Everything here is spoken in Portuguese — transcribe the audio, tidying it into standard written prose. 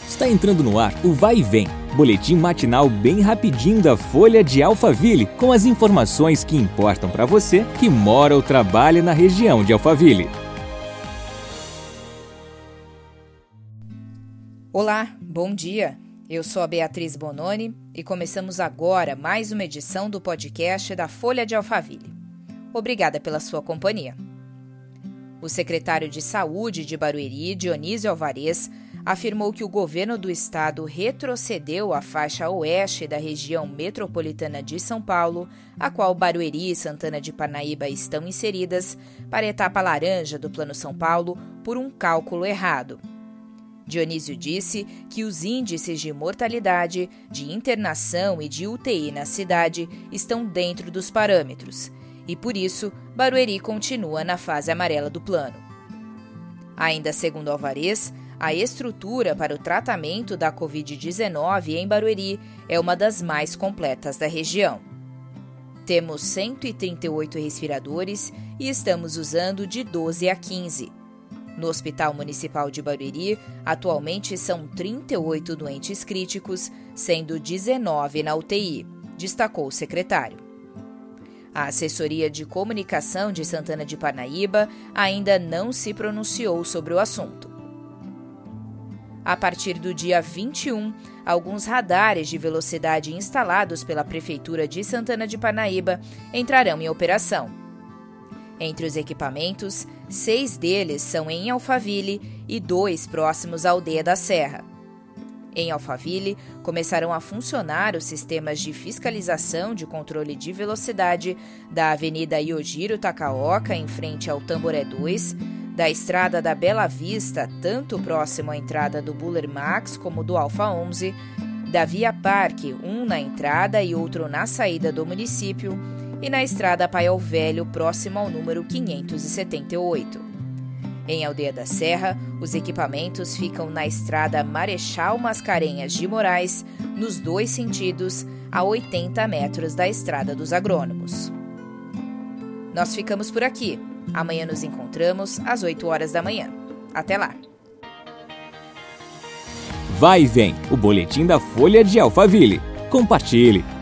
Está entrando no ar o Vai e Vem, boletim matinal bem rapidinho da Folha de Alphaville, com as informações que importam para você que mora ou trabalha na região de Alphaville. Olá, bom dia. Eu sou a Beatriz Bononi e começamos agora mais uma edição do podcast da Folha de Alphaville. Obrigada pela sua companhia. O secretário de Saúde de Barueri, Dionísio Alvarez, afirmou que o governo do estado retrocedeu a faixa oeste da região metropolitana de São Paulo, a qual Barueri e Santana de Parnaíba estão inseridas, para a etapa laranja do Plano São Paulo por um cálculo errado. Dionísio disse que os índices de mortalidade, de internação e de UTI na cidade estão dentro dos parâmetros e, por isso, Barueri continua na fase amarela do plano. Ainda segundo Alvarez, a estrutura para o tratamento da Covid-19 em Barueri é uma das mais completas da região. Temos 138 respiradores e estamos usando de 12 a 15. No Hospital Municipal de Barueri, atualmente são 38 doentes críticos, sendo 19 na UTI, destacou o secretário. A assessoria de comunicação de Santana de Parnaíba ainda não se pronunciou sobre o assunto. A partir do dia 21, alguns radares de velocidade instalados pela Prefeitura de Santana de Parnaíba entrarão em operação. Entre os equipamentos, 6 deles são em Alphaville e 2 próximos à Aldeia da Serra. Em Alphaville, começarão a funcionar os sistemas de fiscalização de controle de velocidade da Avenida Yojiro Takaoka, em frente ao Tamboré 2, da Estrada da Bela Vista, tanto próximo à entrada do Buller Max como do Alfa 11, da Via Parque, um na entrada e outro na saída do município, e na Estrada Paiol Velho, próximo ao número 578. Em Aldeia da Serra, os equipamentos ficam na Estrada Marechal Mascarenhas de Moraes, nos 2 sentidos, a 80 metros da Estrada dos Agrônomos. Nós ficamos por aqui. Amanhã nos encontramos às 8 horas da manhã. Até lá! Vai e Vem, o boletim da Folha de Alphaville. Compartilhe!